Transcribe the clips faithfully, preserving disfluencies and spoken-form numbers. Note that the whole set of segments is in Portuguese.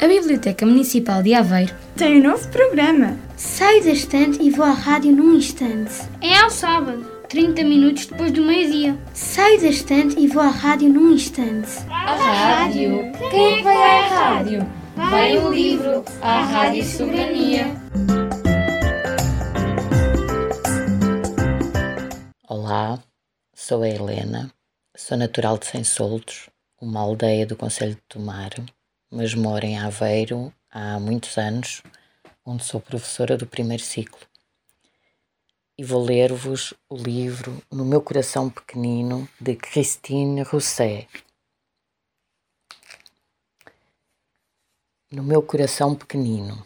A Biblioteca Municipal de Aveiro tem um novo programa. Saio da estante e vou à rádio num instante. É ao sábado, trinta minutos depois do meio-dia. Saio da estante e vou à rádio num instante. À rádio? Quem é que vai à rádio? Vai o livro, à Rádio Soberania. Olá, sou a Helena, sou natural de Sem Soltos, uma aldeia do concelho de Tomar, mas moro em Aveiro há muitos anos, onde sou professora do primeiro ciclo. E vou ler-vos o livro No Meu Coração Pequenino, de Christine Rousset. No meu coração pequenino.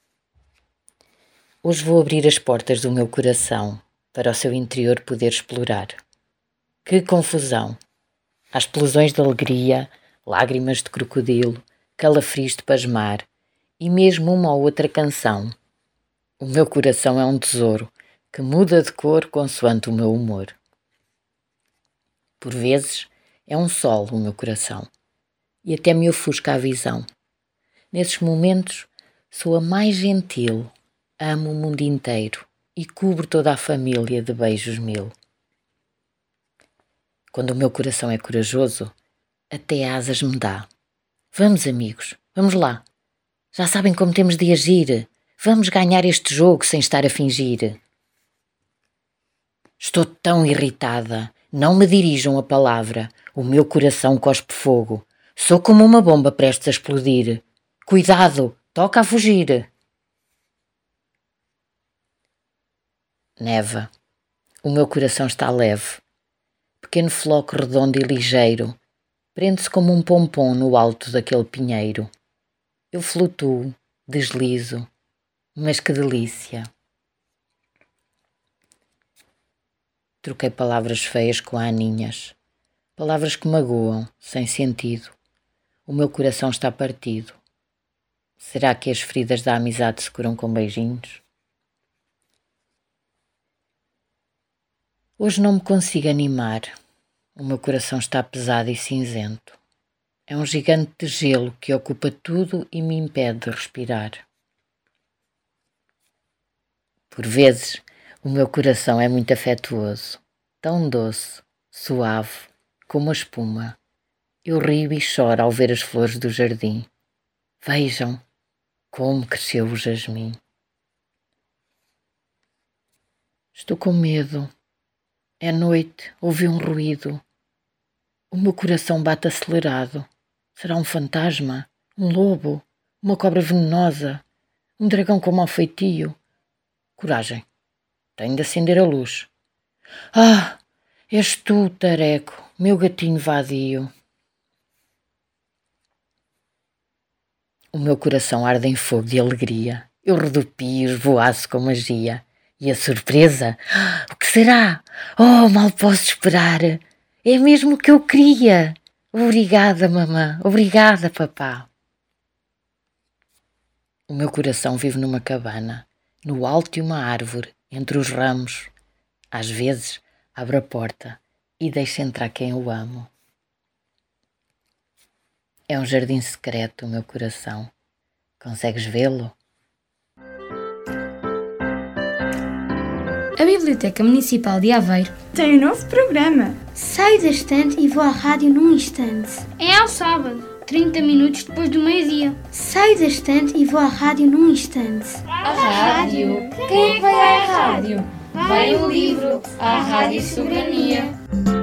Hoje vou abrir as portas do meu coração para o seu interior poder explorar. Que confusão! Há explosões de alegria, lágrimas de crocodilo, calafrios de pasmar e mesmo uma ou outra canção. O meu coração é um tesouro que muda de cor consoante o meu humor. Por vezes é um sol o meu coração e até me ofusca a visão. Nesses momentos sou a mais gentil, amo o mundo inteiro e cubro toda a família de beijos mil. Quando o meu coração é corajoso, até asas me dá. Vamos, amigos, vamos lá. Já sabem como temos de agir. Vamos ganhar este jogo sem estar a fingir. Estou tão irritada. Não me dirijam a palavra. O meu coração cospe fogo. Sou como uma bomba prestes a explodir. Cuidado, toca a fugir. Neva. O meu coração está leve. Pequeno floco redondo e ligeiro. Prende-se como um pompom no alto daquele pinheiro. Eu flutuo, deslizo. Mas que delícia. Troquei palavras feias com aninhas. Palavras que magoam, sem sentido. O meu coração está partido. Será que as feridas da amizade se curam com beijinhos? Hoje não me consigo animar. O meu coração está pesado e cinzento. É um gigante de gelo que ocupa tudo e me impede de respirar. Por vezes, o meu coração é muito afetuoso, tão doce, suave, como a espuma. Eu rio e choro ao ver as flores do jardim. Vejam como cresceu o jasmim. Estou com medo. É noite, ouvi um ruído. O meu coração bate acelerado. Será um fantasma? Um lobo? Uma cobra venenosa? Um dragão com mau feitio? Coragem. Tenho de acender a luz. Ah, és tu, Tareco, meu gatinho vadio. O meu coração arde em fogo de alegria. Eu rodopio, esvoaço com magia. E a surpresa? O que será? Oh, mal posso esperar. É mesmo o que eu queria. Obrigada, mamã. Obrigada, papá. O meu coração vive numa cabana, no alto de uma árvore, entre os ramos. Às vezes, abro a porta e deixo entrar quem eu amo. É um jardim secreto, o meu coração. Consegues vê-lo? A Biblioteca Municipal de Aveiro tem um novo programa. Saio da estante e vou à rádio num instante. É ao sábado, trinta minutos depois do meio-dia. Saio da estante e vou à rádio num instante. À rádio? Quem é que vai à rádio? Vai o livro, à Rádio Soberania.